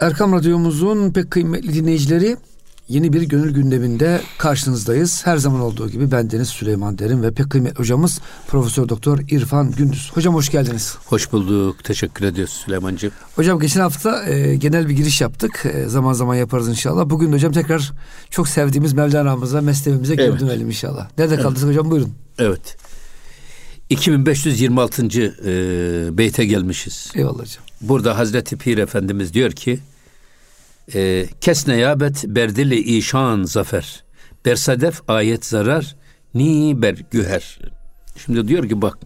Erkam Radyomuzun pek kıymetli dinleyicileri, yeni bir gönül gündeminde karşınızdayız. Her zaman olduğu gibi bendeniz Süleyman Derin ve pek kıymetli hocamız Profesör Doktor İrfan Gündüz. Hocam hoş geldiniz. Hoş bulduk. Teşekkür ediyoruz Süleymancığım. Hocam geçen hafta genel bir giriş yaptık. Zaman zaman yaparız inşallah. Bugün de hocam tekrar çok sevdiğimiz Mevlana'mıza, meslevimize geri dönelim inşallah. Nerede kaldıysak hocam buyurun. Evet. 2526. beyte gelmişiz. Eyvallah hocam. Burada Hazreti Pir Efendimiz diyor ki Kesne yabet berdili işan zafer bersadef ayet zarar ni ber güher. Şimdi diyor ki bak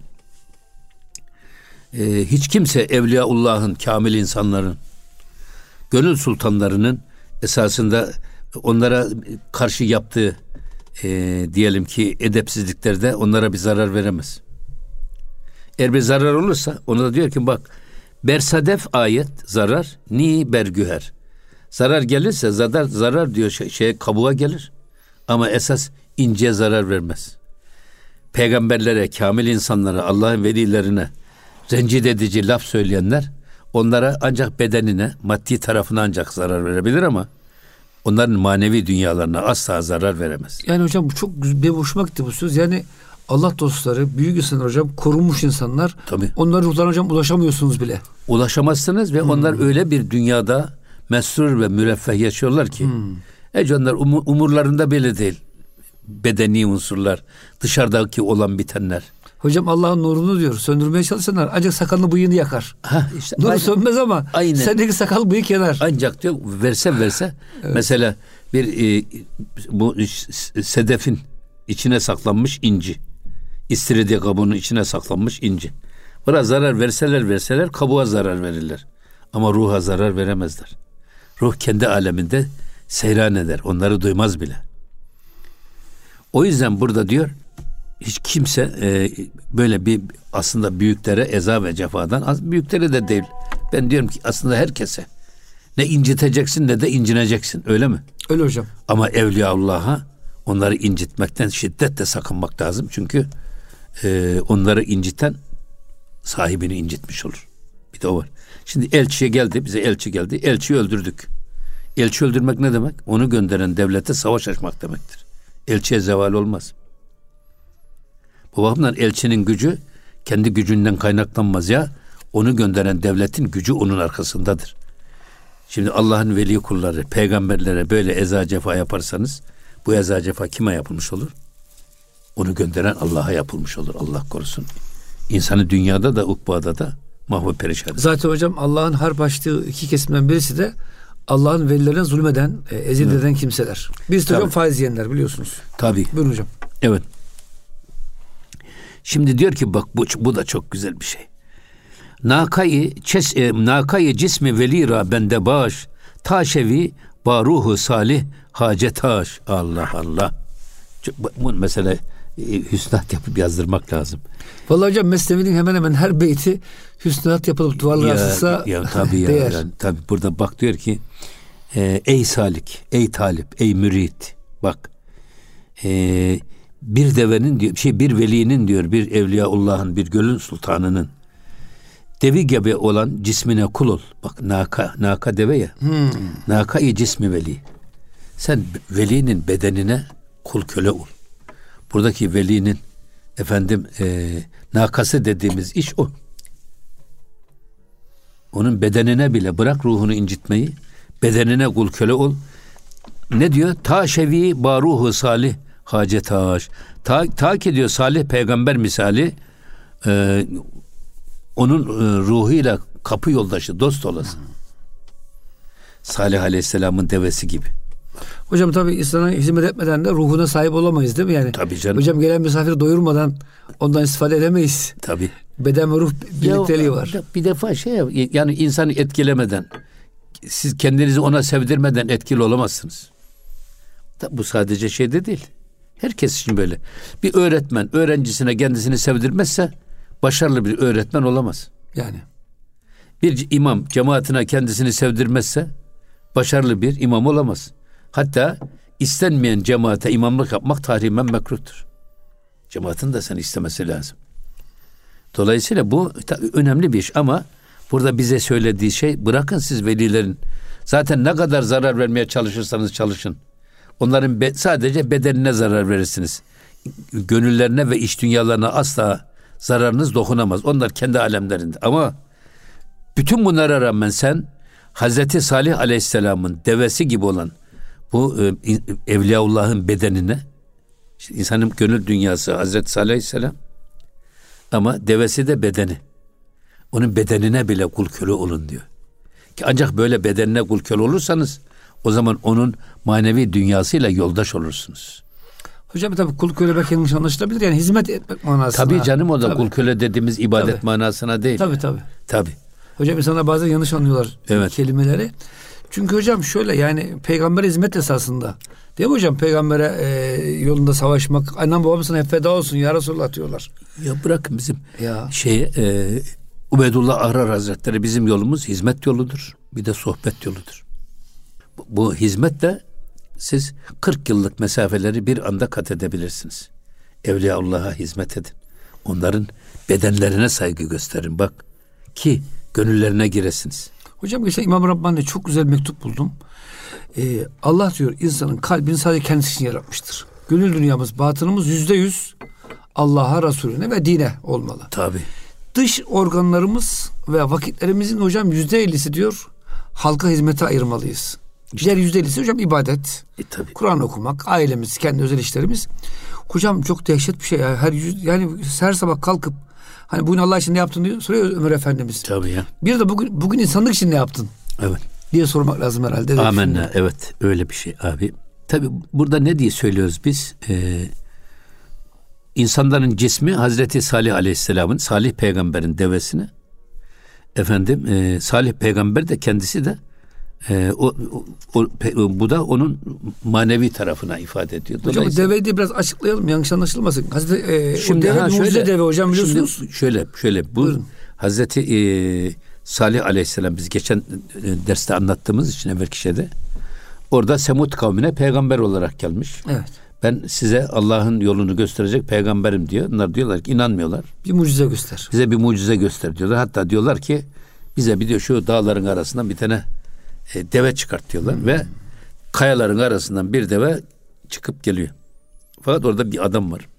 hiç kimse Evliyaullah'ın, kamil insanların, gönül sultanlarının esasında onlara karşı yaptığı diyelim ki edepsizliklerde onlara bir zarar veremez. Eğer bir zarar olursa ona da diyor ki bak bersadef ayet zarar ni bergüher. Zarar gelirse zarar diyor kabuğa gelir. Ama esas inceye zarar vermez. Peygamberlere, kamil insanlara, Allah'ın velilerine rencide edici laf söyleyenler onlara ancak bedenine, maddi tarafına ancak zarar verebilir ama onların manevi dünyalarına asla zarar veremez. Yani hocam bu çok bir hoşuma gitti bu söz. Yani Allah dostları, büyük insanlar hocam, korunmuş insanlar. Tabii. Onların ruhlarına hocam ulaşamıyorsunuz bile. Ulaşamazsınız ve onlar öyle bir dünyada mesrur ve müreffeh yaşıyorlar ki onlar umurlarında bile değil. Bedeni unsurlar, dışarıdaki olan bitenler. Hocam Allah'ın nurunu diyor söndürmeye çalışanlar ancak sakalını bıyığını yakar. İşte Nur sönmez ama sendeki sakal bıyık yanar. Ancak diyor verse evet. Mesela bir bu sedefin içine saklanmış inci. İstiridye kabuğunun içine saklanmış inci. Biraz zarar verseler kabuğa zarar verirler. Ama ruha zarar veremezler. Ruh kendi aleminde seyran eder. Onları duymaz bile. O yüzden burada diyor hiç kimse böyle bir aslında büyüklere eza ve cefadan, büyüklere de değil. Ben diyorum ki aslında herkese ne inciteceksin ne de incineceksin. Öyle mi? Öyle hocam. Ama Evliyaullah'a onları incitmekten şiddetle sakınmak lazım. Çünkü onları inciten sahibini incitmiş olur. Bir de o var. Şimdi bize elçi geldi. Elçiyi öldürdük. Elçi öldürmek ne demek? Onu gönderen devlete savaş açmak demektir. Elçiye zeval olmaz. Bu bakımdan elçinin gücü kendi gücünden kaynaklanmaz ya. Onu gönderen devletin gücü onun arkasındadır. Şimdi Allah'ın veli kulları, peygamberlere böyle eza cefa yaparsanız bu eza cefa kime yapılmış olur? Onu gönderen Allah'a yapılmış olur. Allah korusun. İnsanı dünyada da ukbada da mahvu perişan. Zaten hocam Allah'ın harp açtığı iki kesimden birisi de Allah'ın velilerine zulmeden, eziyet eden kimseler. Birisi de hocam faiz yiyenler biliyorsunuz. Tabii. Buyurun hocam. Evet. Şimdi diyor ki bak bu da çok güzel bir şey. Nakayı cismi velira bende baş taşevi baruhu salih hacetaş. Allah Allah. Bu mesela hüsnat yapıp yazdırmak lazım. Vallahi hocam Mesnevi'nin hemen hemen her beyti hüsnat yapılıp duvarlara asılsa tabii değer. Yani, tabii burada bak diyor ki ey salik, ey talip, ey mürit. Bak bir devenin diyor, bir velinin diyor, bir Evliyaullah'ın, bir gönül sultanının devi gibi olan cismine kul ol. Bak naka deve ya. Nakayı cismi veli. Sen velinin bedenine kul köle ol. Buradaki velinin nakası dediğimiz iş o. Onun bedenine bile bırak ruhunu incitmeyi, bedenine kul köle ol. Ne diyor? Taşevi baruhu salih hacetaş. Ta ki diyor salih peygamber misali onun ruhuyla kapı yoldaşı, dost olasın. Salih Aleyhisselam'ın devesi gibi. Hocam tabii insana hizmet etmeden de ruhuna sahip olamayız değil mi? Yani tabii canım. Hocam gelen misafiri doyurmadan ondan istifade edemeyiz. Tabii. Beden ve ruh birlikteliği var. Bir defa yani insanı etkilemeden, siz kendinizi ona sevdirmeden etkili olamazsınız. Bu sadece şeyde değil. Herkes için böyle. Bir öğretmen öğrencisine kendisini sevdirmezse başarılı bir öğretmen olamaz. Yani. Bir imam cemaatine kendisini sevdirmezse başarılı bir imam olamaz. Hatta istenmeyen cemaate imamlık yapmak tahrimen mekruhtur. Cemaatin de seni istemesi lazım. Dolayısıyla bu önemli bir iş ama burada bize söylediği şey bırakın siz velilerin Zaten ne kadar zarar vermeye çalışırsanız çalışın. Onların sadece bedenine zarar verirsiniz. Gönüllerine ve iç dünyalarına asla zararınız dokunamaz. Onlar kendi alemlerinde. Ama bütün bunlara rağmen sen Hazreti Salih Aleyhisselam'ın devesi gibi olan bu Evliyaullah'ın bedenine, işte insanın gönül dünyası Hazreti Salih Aleyhisselam ama devesi de bedeni. Onun bedenine bile kul köle olun diyor. Ki ancak böyle bedenine kul köle olursanız o zaman onun manevi dünyasıyla yoldaş olursunuz. Hocam tabii kul köle belki yanlış anlaşılabilir. Yani hizmet etmek manasına. Tabii canım, o da kul köle dediğimiz ibadet manasına değil. Tabii. Hocam insanlar bazen yanlış anlıyorlar kelimeleri. Çünkü hocam şöyle, yani peygambere hizmet esasında. Değil mi hocam? Peygambere yolunda savaşmak. Annem babam sana hep feda olsun ya Resulullah diyorlar. Ya bırakın bizim Ubeydullah Ahrar Hazretleri, bizim yolumuz hizmet yoludur. Bir de sohbet yoludur. Bu hizmetle siz 40 yıllık mesafeleri bir anda kat edebilirsiniz. Evliyaullah'a hizmet edin. Onların bedenlerine saygı gösterin. Bak ki gönüllerine giresiniz. Hocam geçen İmam Rabbani'de çok güzel bir mektup buldum. Allah diyor insanın kalbini sadece kendisi için yaratmıştır. Gönül dünyamız, batınımız %100 Allah'a, Resulüne ve dine olmalı. Tabii. Dış organlarımız ve vakitlerimizin hocam %50'si diyor halka hizmete ayırmalıyız. Diğer %50'si hocam ibadet. Kur'an okumak, ailemiz, kendi özel işlerimiz. Hocam çok dehşet bir şey ya. Her sabah kalkıp hani bugün Allah için ne yaptın diyor soruyor Ömer Efendimiz. Tabii ya. Bir de bugün insanlık için ne yaptın? Evet. Diye sormak lazım herhalde. Amenna. Evet, öyle bir şey abi. Tabii burada ne diye söylüyoruz biz? İnsanların cismi Hazreti Salih Aleyhisselam'ın, Salih Peygamber'in devesini. Salih Peygamber de kendisi de bu da onun manevi tarafına ifade ediyor. Hocam bu deveyi de biraz açıklayalım, yanlış anlaşılmasın. Şimdi mucize deve hocam, biliyorsunuz. Şöyle bu buyurun. Hazreti Salih Aleyhisselam, biz geçen derste anlattığımız için evvelki şeyde, orada Semud kavmine peygamber olarak gelmiş. Evet. Ben size Allah'ın yolunu gösterecek peygamberim diyor. Onlar diyorlar ki inanmıyorlar. Bir mucize göster. Bize bir mucize göster diyorlar. Hatta diyorlar ki bize bir diyor şu dağların arasından bir tane deve çıkart diyorlar ve kayaların arasından bir deve çıkıp geliyor. Fakat orada bir adam var.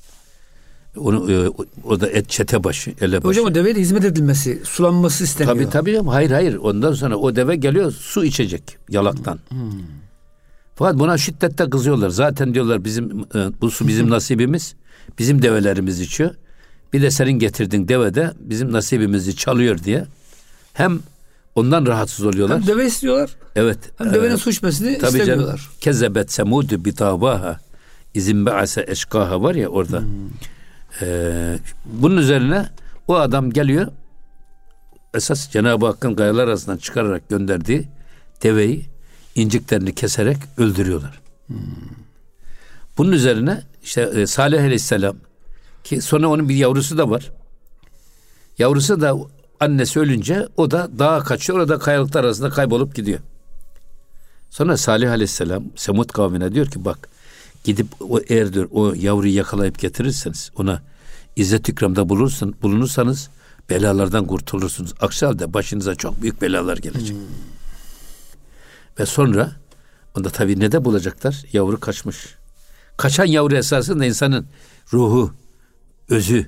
O da çete başı, elebaşı. Hocam o deveyle hizmet edilmesi, sulanması isteniyor. Tabii. Hayır. Ondan sonra o deve geliyor, su içecek yalaktan. Fakat buna şiddetle kızıyorlar. Zaten diyorlar bu su bizim nasibimiz. Bizim develerimiz içiyor. Bir de senin getirdiğin deve de bizim nasibimizi çalıyor diye. Hem ondan rahatsız oluyorlar. Hem deve istiyorlar. Evet. Hem devenin su içmesini istemiyorlar. Kezebet semudu bitavaha izin ba'ase eşkaha var ya orada. Bunun üzerine o adam geliyor. Esas Cenab-ı Hakk'ın kayalar arasından çıkararak gönderdiği deveyi inciklerini keserek öldürüyorlar. Bunun üzerine işte Salih Aleyhisselam, ki sonra onun bir yavrusu da var. Yavrusu da annesi ölünce o da dağa kaçıyor. Orada kayalıklar arasında kaybolup gidiyor. Sonra Salih Aleyhisselam Semud kavmine diyor ki bak, gidip eğer diyor o yavruyu yakalayıp getirirseniz, ona izzet ikramda bulunursanız belalardan kurtulursunuz. Aksi halde başınıza çok büyük belalar gelecek. Ve sonra onda tabii ne de bulacaklar? Yavru kaçmış. Kaçan yavru esasında insanın ruhu, özü.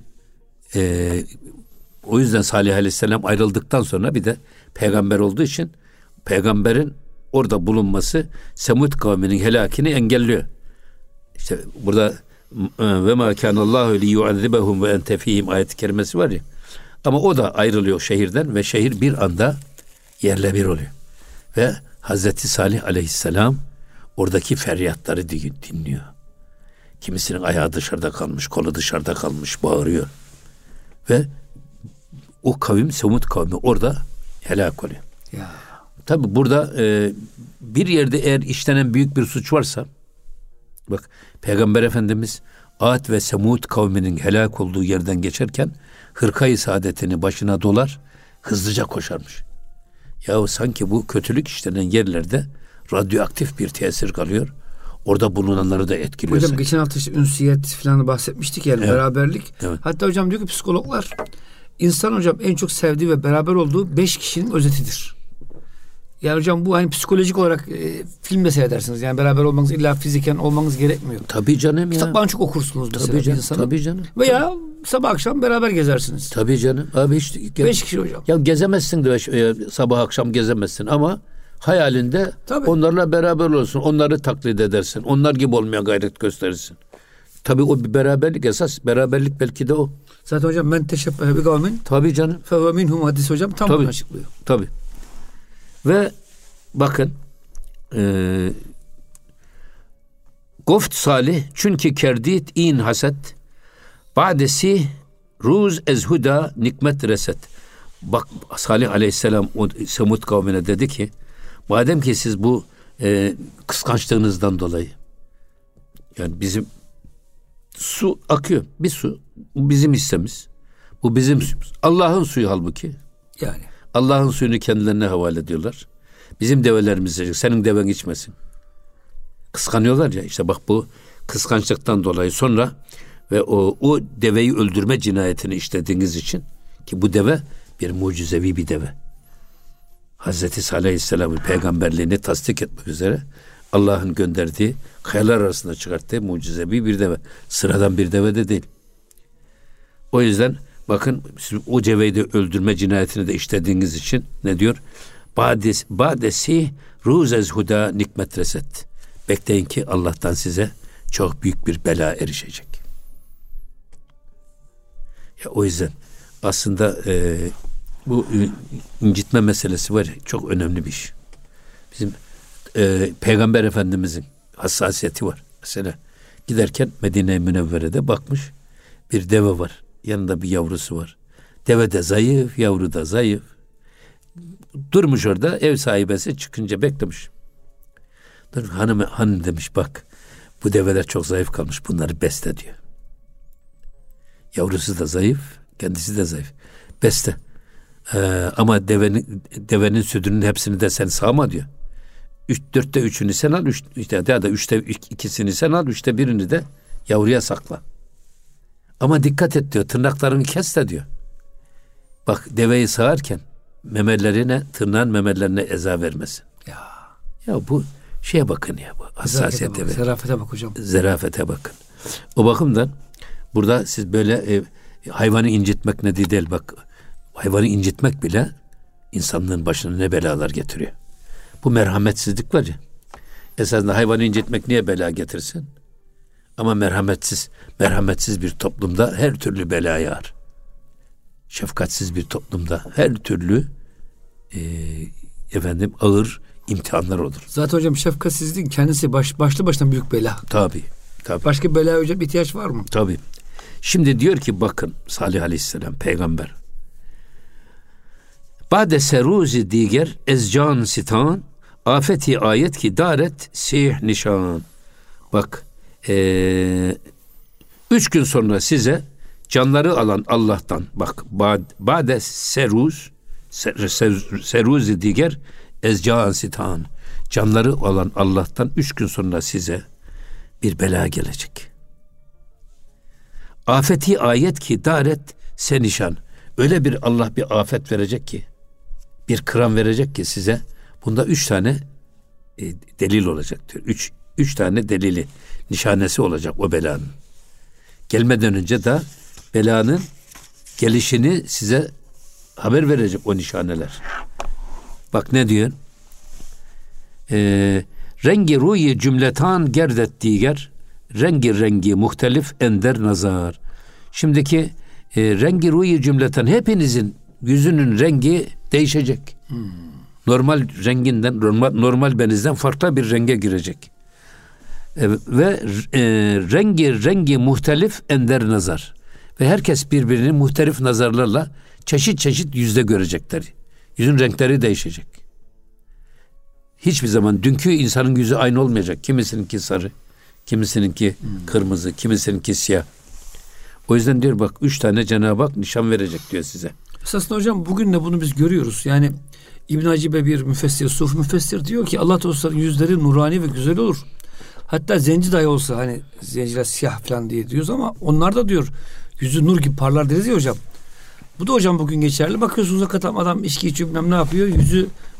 O yüzden Salih Aleyhisselam ayrıldıktan sonra bir de peygamber olduğu için peygamberin orada bulunması Semud kavminin helakini engelliyor. İşte burada ve ma kanallahu li yu'azzibahum ve ente fihim ayet-i kerimesi var ya. Ama o da ayrılıyor şehirden ve şehir bir anda yerle bir oluyor. Ve Hazreti Salih Aleyhisselam oradaki feryatları dinliyor. Kimisinin ayağı dışarıda kalmış, kolu dışarıda kalmış, bağırıyor. Ve o kavim, Semud kavmi orada helak oluyor. Ya. Tabi burada bir yerde eğer işlenen büyük bir suç varsa, bak Peygamber Efendimiz Ad ve Semud kavminin helak olduğu yerden geçerken hırka-i saadetini başına dolar, hızlıca koşarmış. Yahu sanki bu kötülük işlenen yerlerde radyoaktif bir tesir kalıyor. Orada bulunanları da etkiliyor. Hocam geçen hafta işte ünsiyet falan bahsetmiştik yani, evet. Beraberlik. Evet. Hatta hocam diyor ki psikologlar, insan hocam en çok sevdiği ve beraber olduğu 5 kişinin özetidir. Yani hocam bu hani psikolojik olarak film de seyredersiniz. Yani beraber olmanız illa fiziken olmanız gerekmiyor. Tabii canım ya. Kitaplarını çok okursunuz mesela bir insanın. Tabii canım. Veya sabah akşam beraber gezersiniz. Tabii canım. Abi hiç 5 kişi hocam. Ya gezemezsin de sabah akşam gezemezsin ama hayalinde Tabii. onlarla beraber olursun. Onları taklit edersin. Onlar gibi olmaya gayret gösterirsin. Tabii o bir beraberlik esas. Beraberlik belki de o. Zaten hocam men teşebbehe bi kavmin Tabii canım. fe ve minhum hadis hocam tam bunu açıklıyor. Tabii. Ve bakın Goft Salih çünkü kerdit in haset badesi ruz ez huda nikmet reset. Bak Salih Aleyhisselam o Semud kavmine dedi ki madem ki siz bu kıskançlığınızdan dolayı yani bizim su akıyor. Bir su. Bu bizim hissemiz. Bu bizim suyumuz. Allah'ın suyu halbuki. Yani. Allah'ın suyunu kendilerine havale ediyorlar. Bizim develerimiz içecek. Senin deven içmesin. Kıskanıyorlar ya. İşte bak bu kıskançlıktan dolayı sonra ve o deveyi öldürme cinayetini işlediğiniz için ki bu deve bir mucizevi bir deve. Hazreti Salih Aleyhisselam'ın peygamberliğini tasdik etmek üzere Allah'ın gönderdiği kayalar arasında çıkarttığı mucizevi bir deve. Sıradan bir deve de değil. O yüzden bakın siz o deveyi de öldürme cinayetini de işlediğiniz için ne diyor? Badesi ruzez huda nikmet reset. Bekleyin ki Allah'tan size çok büyük bir bela erişecek. Ya o yüzden aslında bu incitme meselesi var ya, çok önemli bir iş. Bizim Peygamber Efendimizin hassasiyeti var. Mesela giderken Medine-i Münevvere'de bakmış bir deve var. Yanında bir yavrusu var. Deve de zayıf, yavru da zayıf. Durmuş orada, ev sahibesi çıkınca beklemiş. Hanım demiş bak bu develer çok zayıf kalmış, bunları besle diyor. Yavrusu da zayıf, kendisi de zayıf. Besle. Ama devenin sütünün hepsini de sen sağma diyor. 4'te 3'ünü sen al, ya da 3'te 2'sini sen al, 3'te 1'ini de yavruya sakla. Ama dikkat et diyor, tırnaklarını kes de diyor. Bak deveyi sağarken tırnağın memelerine eza vermesin. Ya bu şeye bakın ya, bu hassasiyete ve zerafete bak hocam. Zerafete bakın. O bakımdan burada siz böyle hayvanı incitmek ne değil, bak hayvanı incitmek bile insanlığın başına ne belalar getiriyor. Bu merhametsizlik var ya. Esasında hayvanı incitmek niye bela getirsin? Ama merhametsiz bir toplumda her türlü bela yağar. Şefkatsiz bir toplumda her türlü ağır imtihanlar olur. Zaten hocam şefkatsizliğin kendisi başlı başına büyük bela. Tabii. Başka bir belaya hocam ihtiyaç var mı? Tabii. Şimdi diyor ki bakın Salih Aleyhisselam peygamber. Bade seruzi diger ezcan sitan afeti ayet ki daret sih nişan. Bak 3 gün sonra size canları alan Allah'tan bak bade seruzi diger ezcan sitan canları alan Allah'tan 3 gün sonra size bir bela gelecek. Afeti ayet ki daret senişan. Öyle bir Allah bir afet verecek ki, bir kıram verecek ki size. Bunda 3 tane delil olacak diyor. 3 tane delili, nişanesi olacak o belanın. Gelmeden önce de belanın gelişini size haber verecek o nişaneler. Bak ne diyor? Rengi ruyi cümletan gerdet diger, rengi muhtelif ender nazar. Şimdiki rengi ruyi cümleten hepinizin yüzünün rengi değişecek. Normal renginden, normal benizden farklı bir renge girecek. Ve rengi muhtelif ender nazar. Ve herkes birbirini muhtelif nazarlarla çeşit yüzde görecekler. Yüzün renkleri değişecek. Hiçbir zaman dünkü insanın yüzü aynı olmayacak. Kimisininki sarı, kimisininki kırmızı, kimisininki siyah. O yüzden diyor bak 3 tane Cenab-ı Hak nişan verecek diyor size. Esasında hocam bugün de bunu biz görüyoruz. Yani İbn Acibe bir müfessir, sufi müfessir diyor ki Allah dostlarının yüzleri nurani ve güzel olur. Hatta zenci dahi olsa hani zenciler siyah falan diye diyoruz ama onlar da diyor yüzü nur gibi parlar deriz ya hocam. Bu da hocam bugün geçerli. Bakıyorsunuz hakikaten adam içki içiyor bilmem ne yapıyor. Yüzü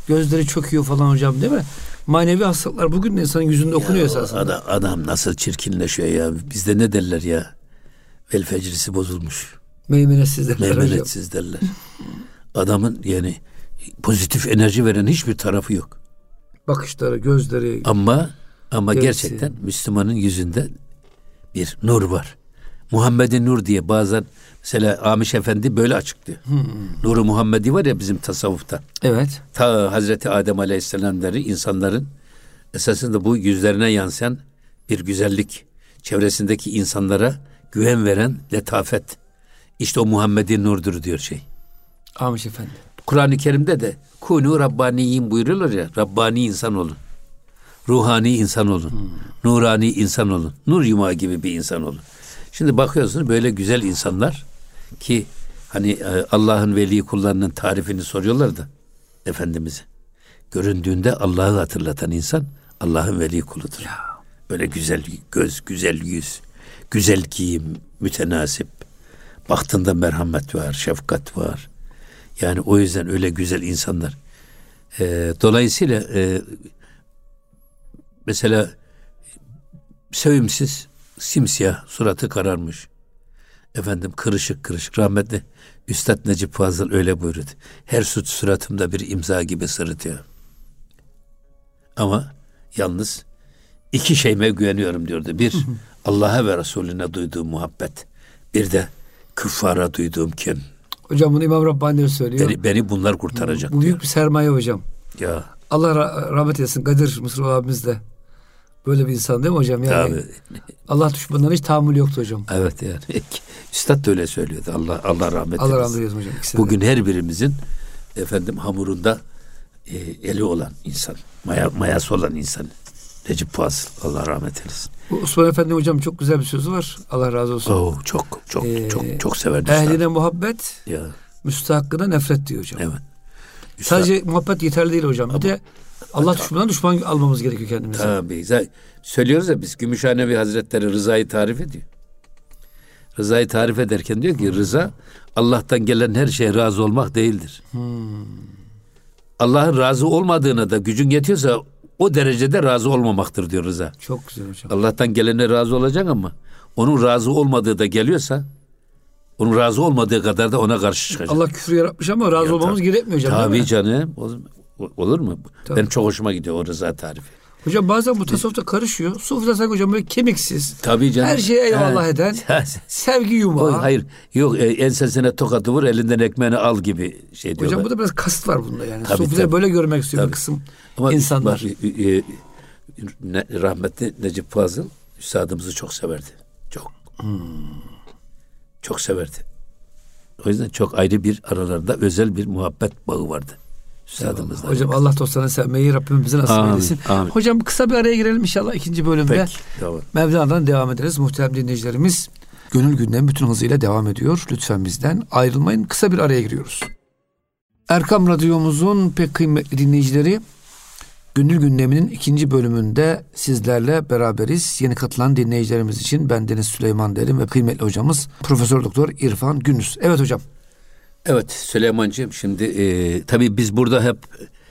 gözleri çöküyor falan hocam, değil mi? Manevi hastalıklar bugün de insanın yüzünde okunuyor esasında. Adam nasıl çirkinleşiyor ya. Bizde ne derler ya? Vel fecrisi bozulmuş. Meymenetsiz derler hocam. Meymenetsiz derler. Adamın yani pozitif enerji veren hiçbir tarafı yok. Bakışları, gözleri. Ama gerisi. Gerçekten Müslümanın yüzünde bir nur var. Muhammed'in nur diye bazen mesela Amiş Efendi böyle açıklıyor. Nuru Muhammedi var ya bizim tasavvufta. Evet. Ta Hazreti Adem Aleyhisselam'ları insanların esasında bu yüzlerine yansıyan bir güzellik, çevresindeki insanlara güven veren letafet. İşte o Muhammed'in nurdur diyor şey. Amiş Efendi. Kur'an-ı Kerim'de de kûnû rabbaniyin buyuruyorlar ya. Rabbani insan olun. Ruhani insan olun. Nurani insan olun. Nur yumağı gibi bir insan olun. Şimdi bakıyorsunuz böyle güzel insanlar ki hani Allah'ın veli kullarının tarifini soruyorlar da Efendimiz'e. Göründüğünde Allah'ı hatırlatan insan Allah'ın veli kuludur. Ya. Böyle güzel göz, güzel yüz, güzel giyim, mütenasip. Baktığında merhamet var, şefkat var. Yani o yüzden öyle güzel insanlar. Dolayısıyla mesela sevimsiz, simsiyah, suratı kararmış. Efendim kırışık rahmetli Üstad Necip Fazıl öyle buyurdu. Her suç suratımda bir imza gibi sırıtıyor. Ama yalnız iki şeyime güveniyorum diyordu. Bir, Allah'a ve Resulüne duyduğum muhabbet. Bir de küffara duyduğum kin. Hocam bunu İmam Rabbani söylüyor. Beni bunlar kurtaracak. Bu büyük bir sermaye hocam. Ya. Allah rahmet eylesin. Kadir Mısır abimiz de böyle bir insan değil mi hocam? Yani tabii. Allah düşmanlarına hiç tahammülü yoktu hocam. Evet yani. Üstad da öyle söylüyordu. Allah rahmet eylesin. Allah rahmet eylesin hocam. Bugün her birimizin hamurunda eli olan insan, mayası olan insan. Necip Fazıl. Allah rahmet eylesin. Osman Efendi hocam çok güzel bir sözü var. Allah razı olsun. Çok severdi. Ehline muhabbet, ya. Müstahakkına nefret diyor hocam. Evet. Sadece muhabbet yeterli değil hocam. Bir de Allah düşman almamız gerekiyor kendimize. Tabii. Söylüyoruz ya biz Gümüşhanevi Hazretleri rızayı tarif ediyor. Rızayı tarif ederken diyor ki rıza Allah'tan gelen her şeye razı olmak değildir. Allah'ın razı olmadığına da gücün yetiyorsa o derecede razı olmamaktır diyor rıza. Çok güzel hocam. Allah'tan gelene razı olacaksın ama onun razı olmadığı da geliyorsa onun razı olmadığı kadar da ona karşı çıkacak. Allah küfür yaratmış ama razı olmamız gerekmiyor hocam. Tabii canım. Olur mu? Tabii. Benim çok hoşuma gidiyor o rıza tarifi. Hocam bazen bu tasavvufta karışıyor. Sufide sanki hocam böyle kemiksiz. Tabii canım. Her şeye eyvallah eden. Sevgi yumağı. Hayır. Yok ensesine tokadı vur elinden ekmeğini al gibi şey diyorlar. Hocam burada biraz kasıt var bunda yani. Tabii, Sufide böyle görmek istiyor bir kısım ama insanlar. Rahmetli Necip Fazıl üstadımızı çok severdi. Çok. Çok severdi. O yüzden çok ayrı bir aralarında özel bir muhabbet bağı vardı. Üstadımızla. Hocam Allah dostlarını sevmeyi Rabbim bize nasip eylesin. Amin. Hocam kısa bir araya girelim inşallah ikinci bölümde. Peki, tamam. Mevlana'dan devam ederiz. Muhterem dinleyicilerimiz, Gönül Gündemi bütün hızıyla devam ediyor. Lütfen bizden ayrılmayın. Kısa bir araya giriyoruz. Erkam Radyomuzun pek kıymetli dinleyicileri, Gönül Gündemi'nin ikinci bölümünde sizlerle beraberiz. Yeni katılan dinleyicilerimiz için bendeniz Süleyman Derin ve kıymetli hocamız Profesör Doktor İrfan Gündüz. Evet hocam. Evet Süleymancığım, şimdi tabii biz burada hep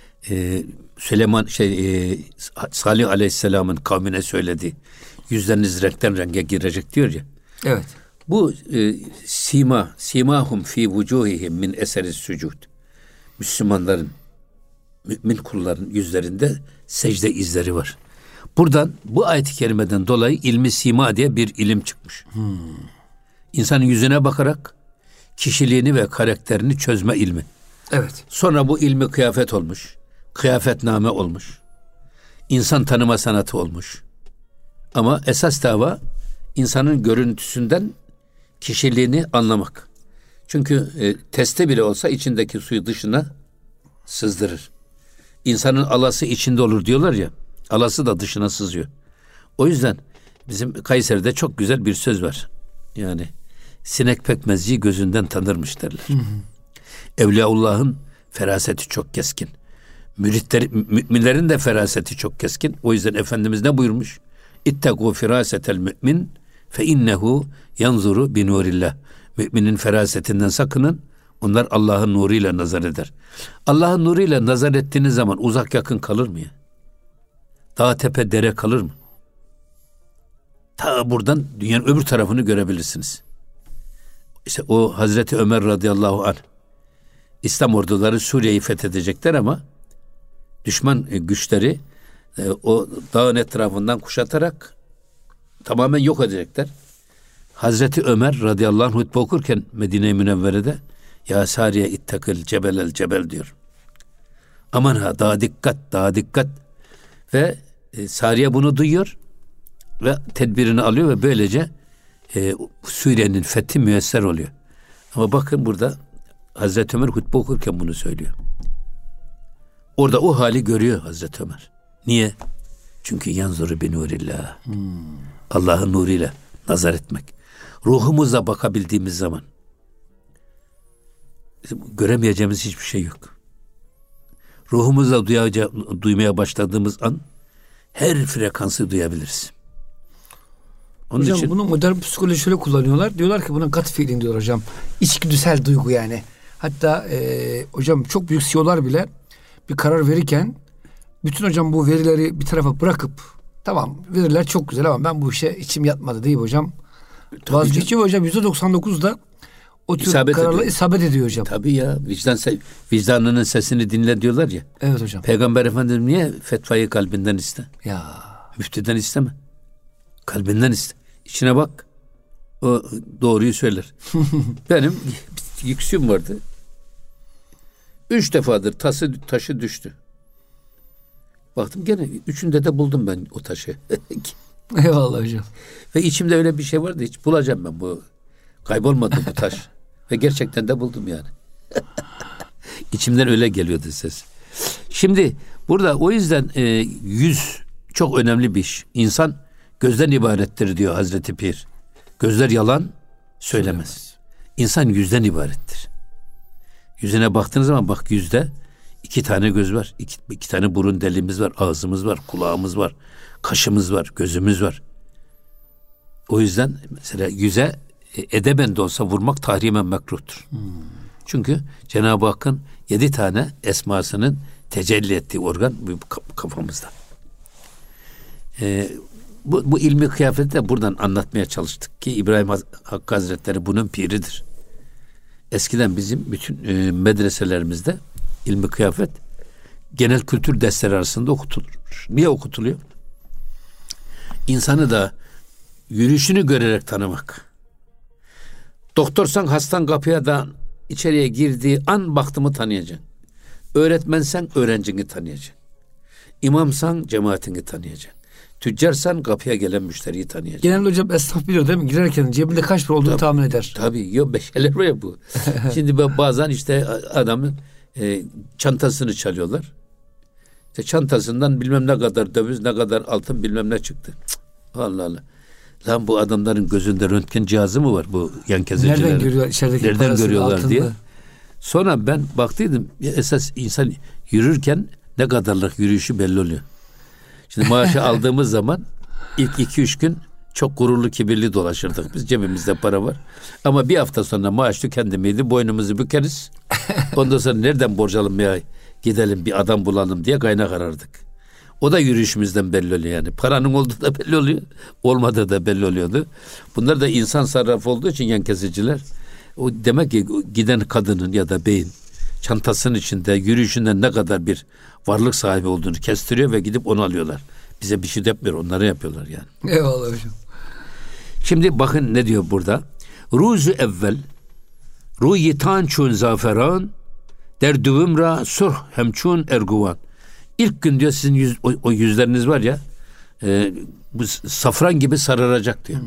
Salih Aleyhisselam'ın kavmine söyledi. Yüzleriniz renkten renge girecek diyor ya. Evet. Bu simahum fi vucuhihim min eseri sucud. Müslümanların, mümin kulların yüzlerinde secde izleri var. Buradan bu ayet-i kerimeden dolayı ilmi sima diye bir ilim çıkmış. İnsanın yüzüne bakarak kişiliğini ve karakterini çözme ilmi. Evet. Sonra bu ilmi kıyafet olmuş. Kıyafetname olmuş. İnsan tanıma sanatı olmuş. Ama esas dava insanın görüntüsünden kişiliğini anlamak. Çünkü teste bile olsa içindeki suyu dışına sızdırır. İnsanın alası içinde olur diyorlar ya. Alası da dışına sızıyor. O yüzden bizim Kayseri'de çok güzel bir söz var. Yani sinek pekmezciyi gözünden tanırmış derler. Evliyaullah'ın feraseti çok keskin. Müminlerin de feraseti çok keskin. O yüzden Efendimiz ne buyurmuş? İttegû firâsetel mü'min fe innehu yanzuru bi nurillah. Müminin ferasetinden sakının. Onlar Allah'ın nuruyla nazar eder. Allah'ın nuruyla nazar ettiğiniz zaman uzak yakın kalır mı ya? Dağ tepe dere kalır mı? Ta buradan dünyanın öbür tarafını görebilirsiniz. İşte o Hazreti Ömer radıyallahu anh, İslam orduları Suriye'yi fethedecekler ama düşman güçleri o dağın etrafından kuşatarak tamamen yok edecekler. Hazreti Ömer radıyallahu anh hutbe okurken Medine-i Münevvere'de ya Sariye ittakil cebelel cebel diyor. Aman ha, daha dikkat, daha dikkat. Ve Sariye bunu duyuyor ve tedbirini alıyor ve böylece Suriye'nin fethi müyesser oluyor. Ama bakın burada Hazreti Ömer hutbe okurken bunu söylüyor. Orada o hali görüyor Hazreti Ömer. Niye? Çünkü yanzuru bi nurillah. Allah'ın nuruyla nazar etmek. Ruhumuzla bakabildiğimiz zaman göremeyeceğimiz hiçbir şey yok. Ruhumuzla duymaya başladığımız an her frekansı duyabiliriz. Onun hocam için, bunu modern psikoloji şöyle kullanıyorlar. Diyorlar ki buna gut feeling diyor hocam. İçgüdüsel duygu yani. Hatta hocam çok büyük CEO'lar bile bir karar verirken bütün hocam bu verileri bir tarafa bırakıp tamam veriler çok güzel ama ben bu işe içim yatmadı değil mi hocam? Vazgeçiyor hocam %99'da o tür kararla isabet ediyor hocam. Tabii ya, vicdanının sesini dinle diyorlar ya. Evet hocam. Peygamber Efendimiz niye fetvayı kalbinden iste? Ya. Müftiden isteme. Kalbinden iste. İçine bak. O doğruyu söyler. Benim yüksüm vardı. 3 defadır taşı düştü. Baktım gene 3'ünde de buldum ben o taşı. Eyvallah hocam. Ve içimde öyle bir şey vardı. Hiç bulacağım ben bu. Kaybolmadı bu taş. Ve gerçekten de buldum yani. İçimden öyle geliyordu ses. Şimdi burada o yüzden yüz çok önemli bir iş. İnsan gözden ibarettir diyor Hazreti Pir. Gözler yalan söylemez. İnsan yüzden ibarettir. Yüzüne baktığınız zaman bak yüzde 2 tane göz var. 2 tane burun deliğimiz var. Ağzımız var. Kulağımız var. Kaşımız var. Gözümüz var. O yüzden mesela yüze edeben de olsa vurmak tahrimen mekruhtur. Çünkü Cenab-ı Hakk'ın 7 tane esmasının tecelli ettiği organ kafamızda. Bu ilmi kıyafeti de buradan anlatmaya çalıştık ki İbrahim Hakkı Hazretleri bunun piridir. Eskiden bizim bütün medreselerimizde ilmi kıyafet genel kültür dersleri arasında okutulur. Niye okutuluyor? İnsanı da yürüyüşünü görerek tanımak. Doktorsan hastan kapıya da içeriye girdiği an baktımı tanıyacaksın. Öğretmensen öğrencini tanıyacaksın. İmamsan cemaatini tanıyacaksın. Tüccarsan kapıya gelen müşteriyi tanıyacaksın. Genelde hocam esnaf biliyor değil mi? Girerken cebinde kaç para olduğunu tahmin eder. Tabii. Yok beşeler var ya bu. Şimdi bazen işte adamın çantasını çalıyorlar. İşte çantasından bilmem ne kadar döviz, ne kadar altın bilmem ne çıktı. Cık, Allah Allah. Lan bu adamların gözünde röntgen cihazı mı var bu yan kesicilerin? Nereden görüyorlar içerideki nereden parasını, görüyorlar altını diye. Sonra ben baktıydım esas insan yürürken ne kadarlık yürüyüşü belli oluyor. Şimdi maaşı aldığımız zaman ilk 2-3 gün çok gururlu kibirli dolaşırdık. Biz cebimizde para var. Ama bir hafta sonra maaş tükendi boynumuzu bükeriz. Ondan sonra nereden borç alınmaya gidelim bir adam bulalım diye kaynak arardık. O da yürüyüşümüzden belli oluyor yani. Paranın olduğu da belli oluyor. Olmadığı da belli oluyordu. Bunlar da insan sarrafı olduğu için yan kesiciler. O demek ki giden kadının ya da beyin çantasının içinde yürüyüşünden ne kadar bir varlık sahibi olduğunu kestiriyor ve gidip onu alıyorlar. Bize bir şey yapmıyor. Onları yapıyorlar yani. Eyvallah hocam. Şimdi bakın ne diyor burada. Ruzu evvel ruyitan çun zaferan derdüvüm ra surh hemçun erguvan. İlk gün diyor sizin o yüzleriniz var ya bu safran gibi sararacak diyor.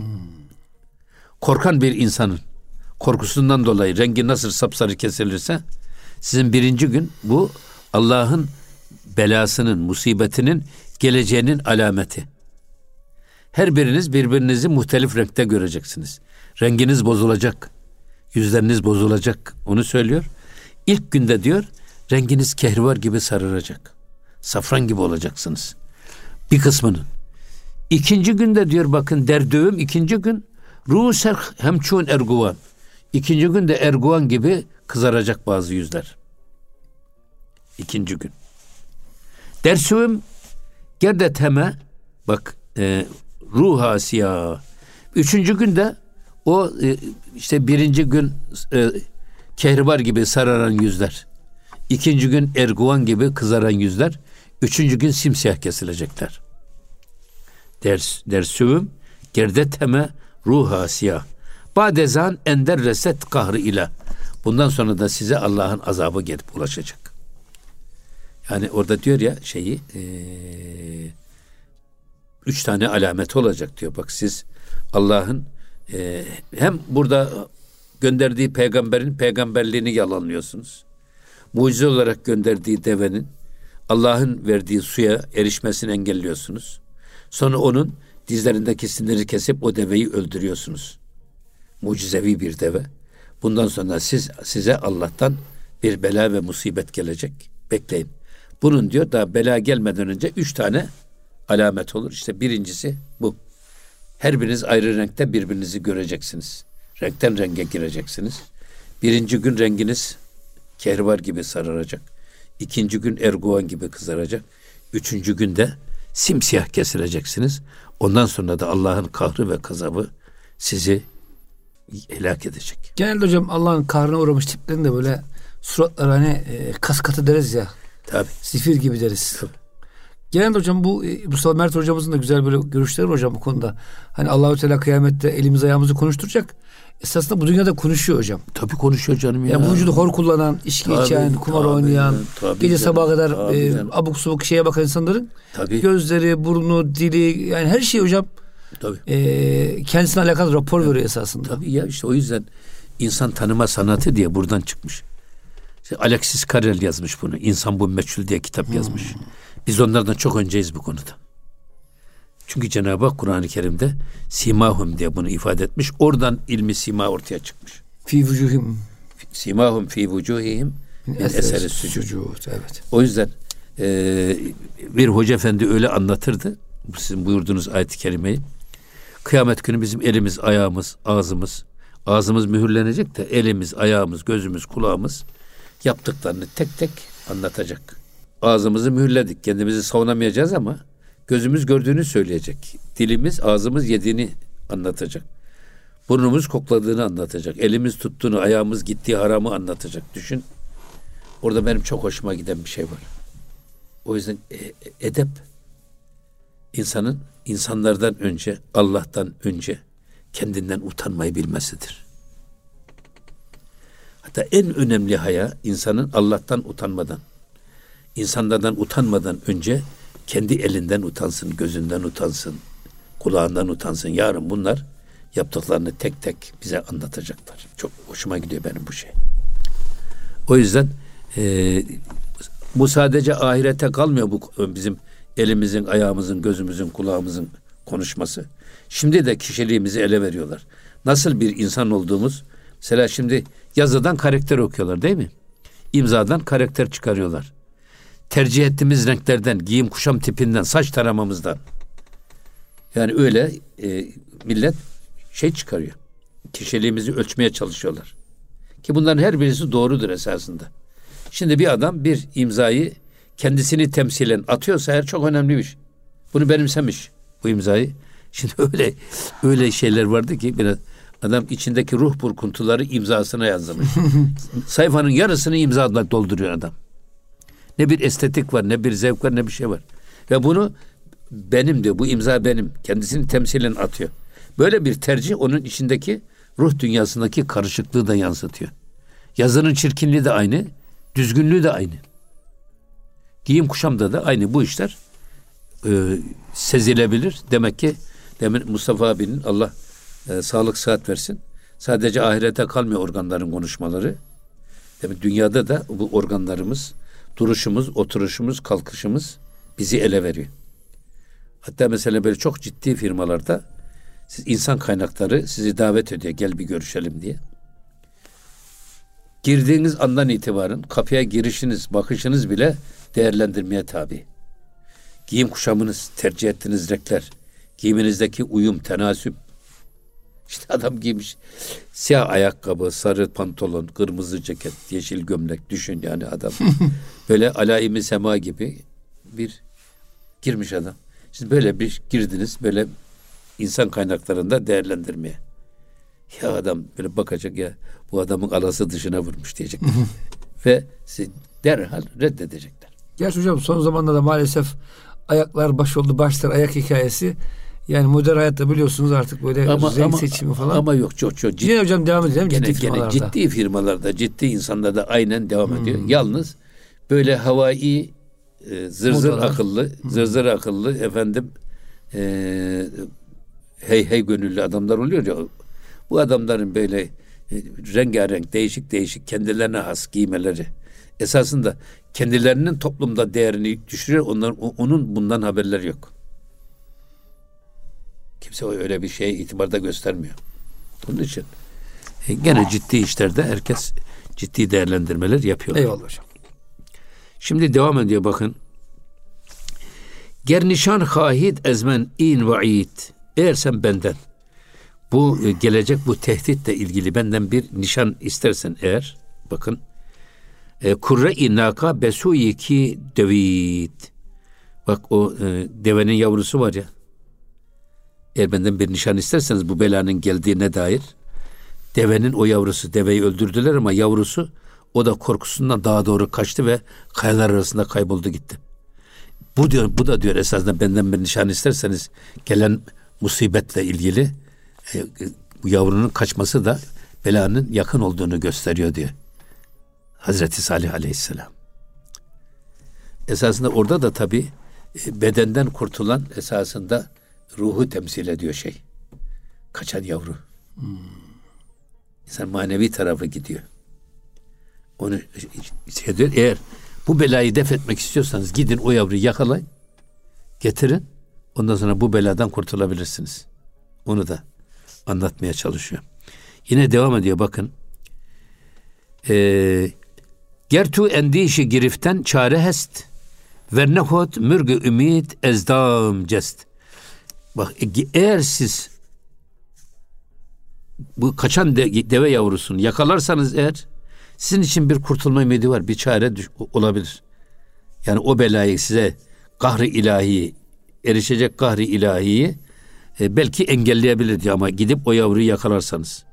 Korkan bir insanın korkusundan dolayı rengi nasıl sapsarı kesilirse sizin birinci gün bu Allah'ın belasının, musibetinin geleceğinin alameti. Her biriniz birbirinizi muhtelif renkte göreceksiniz. Renginiz bozulacak. Yüzleriniz bozulacak. Onu söylüyor. İlk günde diyor renginiz kehribar gibi sararacak. Safran gibi olacaksınız. Bir kısmının. İkinci günde diyor bakın derdövüm ikinci gün ruh serh hemçun erguvan. İkinci gün de erguvan gibi kızaracak bazı yüzler. İkinci gün. Dersüvüm gerdeteme bak ruha siyah. Üçüncü günde o işte birinci gün kehribar gibi sararan yüzler. İkinci gün erguvan gibi kızaran yüzler. Üçüncü gün simsiyah kesilecekler. Dersüvüm gerdeteme ruha siyah. Badezan ender reset kahrı ile. Bundan sonra da size Allah'ın azabı gelip ulaşacak. Yani orada diyor ya üç tane alamet olacak diyor. Bak siz Allah'ın hem burada gönderdiği peygamberin peygamberliğini yalanlıyorsunuz. Mucize olarak gönderdiği devenin Allah'ın verdiği suya erişmesini engelliyorsunuz. Sonra onun dizlerindeki siniri kesip o deveyi öldürüyorsunuz. Mucizevi bir deve. Bundan sonra size Allah'tan bir bela ve musibet gelecek. Bekleyin. Bunun diyor daha bela gelmeden önce 3 tane alamet olur. İşte birincisi bu. Her biriniz ayrı renkte birbirinizi göreceksiniz. Renkten renge gireceksiniz. Birinci gün renginiz kehribar gibi sararacak. İkinci gün erguvan gibi kızaracak. Üçüncü günde simsiyah kesileceksiniz. Ondan sonra da Allah'ın kahrı ve gazabı sizi helak edecek. Genelde hocam Allah'ın kahrına uğramış tiplerin de böyle suratları hani kas katı deriz ya. Tabii. Zifir gibi deriz. Tabii. Genelde hocam bu Mustafa Mert hocamızın da güzel böyle görüşleri var hocam bu konuda. Hani Allahu Teala kıyamette elimiz ayağımızı konuşturacak. Esasında bu dünyada konuşuyor hocam. Tabii konuşuyor canım ya. Yani bu vücudu hor kullanan, içki içen, kumar oynayan, gece sabaha kadar abuk subuk şeye bakan insanların gözleri, burnu, dili yani her şey hocam kendisine alakalı rapor veriyor esasında. Tabii ya işte o yüzden insan tanıma sanatı diye buradan çıkmış. İşte Alexis Carrel yazmış bunu. İnsan bu meçhul diye kitap yazmış. Biz onlardan çok önceyiz bu konuda. Çünkü Cenab-ı Hak Kur'an-ı Kerim'de simahum diye bunu ifade etmiş. Oradan ilmi sima ortaya çıkmış. Fi vücuhim. Simahum fi vücuhihim min eseri sucud. Evet. O yüzden bir hoca efendi öyle anlatırdı. Sizin buyurduğunuz ayet-i kerimeyi. Kıyamet günü bizim elimiz, ayağımız, ağzımız mühürlenecek de elimiz, ayağımız, gözümüz, kulağımız yaptıklarını tek tek anlatacak. Ağzımızı mühürledik. Kendimizi savunamayacağız ama gözümüz gördüğünü söyleyecek. Dilimiz, ağzımız yediğini anlatacak. Burnumuz kokladığını anlatacak. Elimiz tuttuğunu, ayağımız gittiği haramı anlatacak. Düşün. Orada benim çok hoşuma giden bir şey var. O yüzden edep insanlardan önce, Allah'tan önce kendinden utanmayı bilmesidir. Hatta en önemli haya insanın Allah'tan utanmadan, insanlardan utanmadan önce kendi elinden utansın, gözünden utansın, kulağından utansın. Yarın bunlar yaptıklarını tek tek bize anlatacaklar. Çok hoşuma gidiyor benim bu şey. O yüzden bu sadece ahirete kalmıyor bu bizim elimizin, ayağımızın, gözümüzün, kulağımızın konuşması. Şimdi de kişiliğimizi ele veriyorlar. Nasıl bir insan olduğumuz, mesela şimdi yazıdan karakter okuyorlar değil mi? İmzadan karakter çıkarıyorlar. Tercih ettiğimiz renklerden, giyim kuşam tipinden, saç taramamızdan. Yani öyle millet çıkarıyor. Kişiliğimizi ölçmeye çalışıyorlar. Ki bunların her birisi doğrudur esasında. Şimdi bir adam bir imzayı kendisini temsilen atıyorsa eğer çok önemli bir şey. Bunu benimsemiş bu imzayı. Şimdi öyle şeyler vardı ki biraz adam içindeki ruh burkuntuları imzasına yazmış. Sayfanın yarısını imzayla dolduruyor adam. Ne bir estetik var, ne bir zevk var, ne bir şey var. Ve bunu benim diyor, bu imza benim. Kendisini temsilen atıyor. Böyle bir tercih onun içindeki ruh dünyasındaki karışıklığı da yansıtıyor. Yazının çirkinliği de aynı, düzgünlüğü de aynı. Giyim kuşamda da aynı bu işler sezilebilir. Demek ki demin Mustafa abinin Allah sağlık sıhhat versin. Sadece ahirete kalmıyor organların konuşmaları. Demek dünyada da bu organlarımız, duruşumuz, oturuşumuz, kalkışımız bizi ele veriyor. Hatta mesela böyle çok ciddi firmalarda insan kaynakları sizi davet ediyor. Gel bir görüşelim diye. Girdiğiniz andan itibaren kapıya girişiniz, bakışınız bile değerlendirmeye tabi. Giyim kuşamınız, tercih ettiğiniz renkler, giyiminizdeki uyum, tenasüp, İşte adam giymiş siyah ayakkabı, sarı pantolon, kırmızı ceket, yeşil gömlek. Düşün yani adam. Böyle alayim-i sema gibi bir girmiş adam. Şimdi böyle bir girdiniz böyle insan kaynaklarında değerlendirmeye. Ya adam böyle bakacak, ya bu adamın alası dışına vurmuş diyecek. Ve sizi derhal reddedecekler. Gerçi hocam son zamanlarda maalesef ayaklar baş oldu, başlar ayak hikayesi. Yani modern hayatta biliyorsunuz artık böyle renk seçimi falan. Ama yok, çok ciddi. Yine hocam devam edelim Gene firmalarda. Ciddi firmalarda, ciddi insanlarda aynen devam ediyor. Yalnız böyle havai zırzır Modalar. akıllı, akıllı efendim hey gönüllü adamlar oluyor ya. Bu adamların böyle rengarenk, değişik kendilerine has giymeleri esasında kendilerinin toplumda değerini düşürüyor. Onun bundan haberleri yok. Kimse öyle bir şeye itibarda göstermiyor. Onun için gene ciddi işlerde herkes ciddi değerlendirmeler yapıyor. Eyvallah hocam. Şimdi devam ediyor bakın. Gernişan hahid ezmen in vaid. Eğer sen benden bu gelecek bu tehditle ilgili benden bir nişan istersen eğer, bakın, kurre-i naka besuyiki devit. Bak o devenin yavrusu var ya. Eğer benden bir nişan isterseniz bu belanın geldiğine dair, devenin o yavrusu, deveyi öldürdüler ama yavrusu o da korkusundan dağa doğru kaçtı ve kayalar arasında kayboldu gitti. Bu da diyor esasında benden bir nişan isterseniz gelen musibetle ilgili bu yavrunun kaçması da belanın yakın olduğunu gösteriyor diyor Hazreti Salih Aleyhisselam. Esasında orada da tabii bedenden kurtulan esasında ruhu temsil ediyor kaçan yavru. İnsan manevi tarafı gidiyor. Onu diyor, eğer bu belayı def etmek istiyorsanız gidin o yavruyu yakalayın, getirin. Ondan sonra bu beladan kurtulabilirsiniz. Onu da anlatmaya çalışıyor. Yine devam ediyor bakın. Gertu endişi giriften çare hest. Vernehot mürgü ümit ezdam cest. Bak eğer siz bu kaçan deve yavrusunu yakalarsanız eğer, sizin için bir kurtulma ümidi var, bir çare olabilir. Yani o belayı size kahri ilahi, erişecek kahri ilahiyi belki engelleyebilir diyor ama gidip o yavruyu yakalarsanız.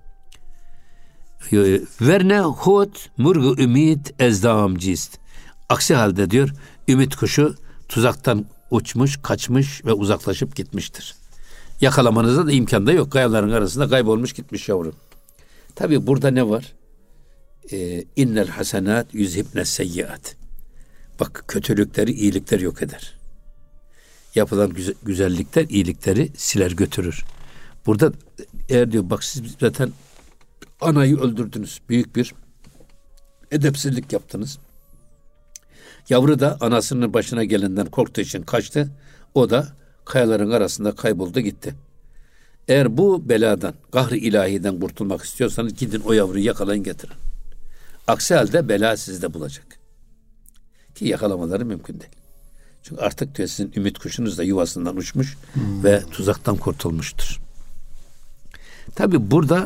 Verne hot murgu ümit ezdam cist. Aksi halde diyor ümit kuşu tuzaktan uçmuş, kaçmış ve uzaklaşıp gitmiştir. Yakalamanıza da imkan da yok. Kayaların arasında kaybolmuş gitmiş yavrum. Tabii burada ne var? İnnel hasenat yüzhibne seyyiat. Bak kötülükleri iyilikler yok eder. Yapılan güzellikler iyilikleri siler götürür. Burada eğer diyor bak siz zaten anayı öldürdünüz. Büyük bir edepsizlik yaptınız. Yavru da anasının başına gelenden korktuğu için kaçtı. O da kayaların arasında kayboldu gitti. Eğer bu beladan, kahri ilahiden kurtulmak istiyorsanız gidin o yavruyu yakalayın getirin. Aksi halde bela sizde bulacak. Ki yakalamaları mümkün değil. Çünkü artık diyor sizin ümit kuşunuz da yuvasından uçmuş ve tuzaktan kurtulmuştur. Tabi burada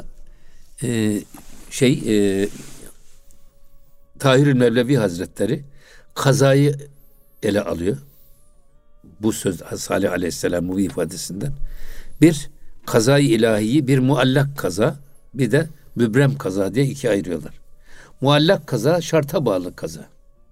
Tahir-ül Mevlevi Hazretleri kazayı ele alıyor. Bu söz Salih Aleyhisselam'ın bu ifadesinden. Bir kazayı ilahiyi, bir muallak kaza, bir de mübrem kaza diye ikiye ayırıyorlar. Muallak kaza şarta bağlı kaza.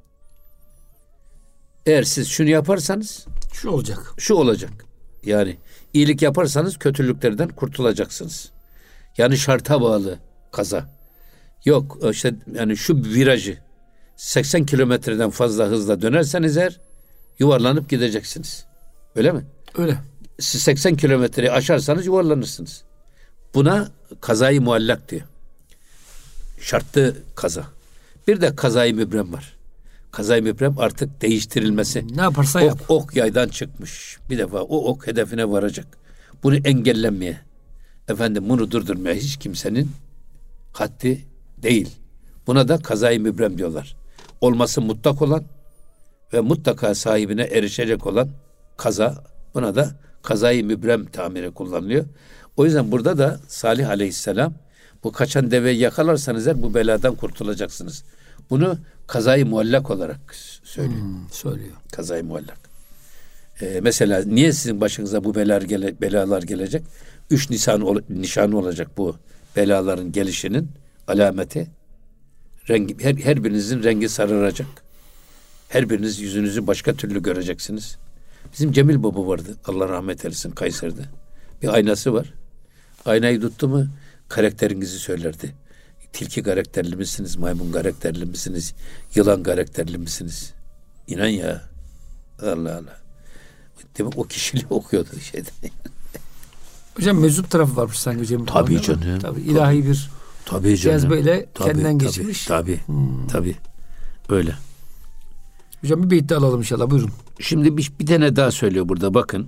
Eğer siz şunu yaparsanız şu olacak. Yani iyilik yaparsanız kötülüklerden kurtulacaksınız. Yani şarta bağlı kaza. Yok işte yani şu virajı 80 kilometreden fazla hızla dönerseniz eğer yuvarlanıp gideceksiniz. Öyle mi? Öyle. Siz 80 kilometreyi aşarsanız yuvarlanırsınız. Buna kazayı muallak diyor. Şartlı kaza. Bir de kazayı mübrem var. Kazayı mübrem artık değiştirilmesi. Ne yaparsa yap. Ok yaydan çıkmış. Bir defa o ok hedefine varacak. Bunu engellemeye, bunu durdurmaya hiç kimsenin haddi değil. Buna da kazayı mübrem diyorlar. Olması mutlak olan ve mutlaka sahibine erişecek olan kaza, buna da kazayı mübrem tamire kullanılıyor. O yüzden burada da Salih Aleyhisselam bu kaçan deveyi yakalarsanız eğer bu beladan kurtulacaksınız. Bunu kazayı muallak olarak söylüyor. Söylüyor. Kazayı muallak. Mesela niye sizin başınıza bu belalar gelecek? 3 nişanı olacak bu belaların gelişinin alameti. Her birinizin rengi sararacak. Her biriniz yüzünüzü başka türlü göreceksiniz. Bizim Cemil Baba vardı. Allah rahmet eylesin, Kayseri'de. Bir aynası var. Aynayı tuttu mu karakterinizi söylerdi. Tilki karakterli misiniz? Maymun karakterli misiniz? Yılan karakterli misiniz? İnan ya. Allah Allah. Demek o kişiliği okuyordu şeyde. Hocam mevzup tarafı varmış sanki Cemil Baba'nın. Tabii canım. Tabii ilahi bir cezbeyle kendinden geçmiş. Tabii. Öyle. Hocam bir beyit de alalım inşallah, buyurun. Şimdi bir tane daha söylüyor burada, bakın.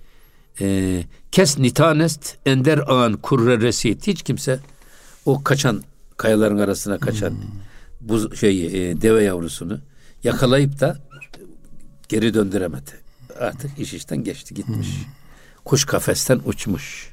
Kes nitanest ender an kurre resit. Hiç kimse o kaçan, kayaların arasına kaçan bu deve yavrusunu yakalayıp da geri döndüremedi. Artık iş işten geçti, gitmiş. Kuş kafesten uçmuş.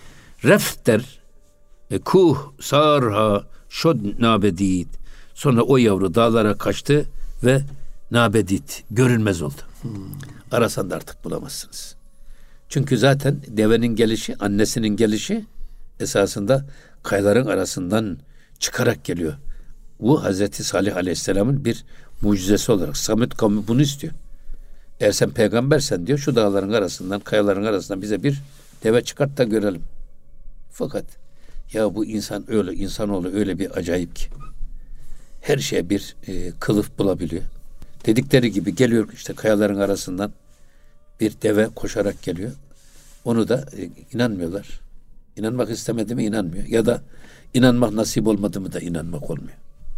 Refter kuh sarha şod nabedit. Sonra o yavru dağlara kaçtı ve nabedit, görünmez oldu. Arasan da artık bulamazsınız. Çünkü zaten devenin gelişi, annesinin gelişi esasında kayaların arasından çıkarak geliyor. Bu Hazreti Salih Aleyhisselam'ın bir mucizesi olarak. Samut kavmi bunu istiyor. Eğer sen peygambersen diyor, şu dağların arasından, kayaların arasından bize bir deve çıkart da görelim. Fakat ya bu insan öyle, insanoğlu öyle bir acayip ki her şeye bir kılıf bulabiliyor. Dedikleri gibi geliyor işte kayaların arasından bir deve koşarak geliyor. Onu da inanmıyorlar. İnanmak istemedi mi inanmıyor. Ya da inanmak nasip olmadı mı da inanmak olmuyor.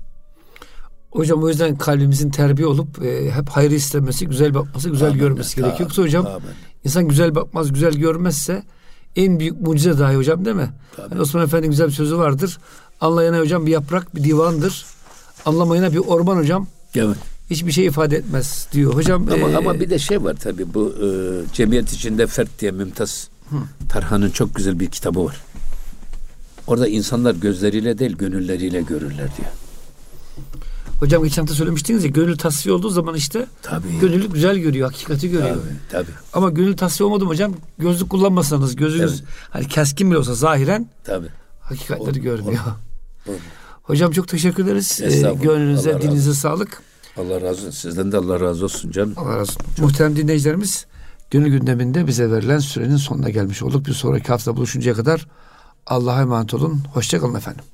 Hocam o yüzden kalbimizin terbiye olup hep hayrı istemesi, güzel bakması, güzel görmesi gerekiyor. Yoksa hocam insan güzel bakmaz, güzel görmezse en büyük mucize dahi hocam, değil mi? Hani Osman Efendi'nin güzel bir sözü vardır. Anlayana hocam bir yaprak, bir divandır. Anlamayana bir orman hocam. Evet. Hiçbir şey ifade etmez diyor hocam. Ama bir de şey var tabii, bu Cemiyet içinde Fert diye Mümtaz Tarhan'ın çok güzel bir kitabı var. Orada insanlar gözleriyle değil gönülleriyle görürler diyor. Hocam geçen hafta söylemiştiniz ya, gönül tasfiye olduğu zaman işte gönüllü güzel görüyor, hakikati görüyor. Tabii. Ama gönül tasfiye olmadı mı hocam, gözlük kullanmasanız, gözünüz hani keskin bile olsa zahiren hakikatleri görmüyor. Hocam çok teşekkür ederiz. Gönlünüze, dilinize sağlık. Allah razı olsun. Sizden de Allah razı olsun canım. Allah razı olsun. Muhterem dinleyicilerimiz, Gönül Gündemi'nde bize verilen sürenin sonuna gelmiş olduk. Bir sonraki hafta buluşuncaya kadar Allah'a emanet olun. Hoşça kalın efendim.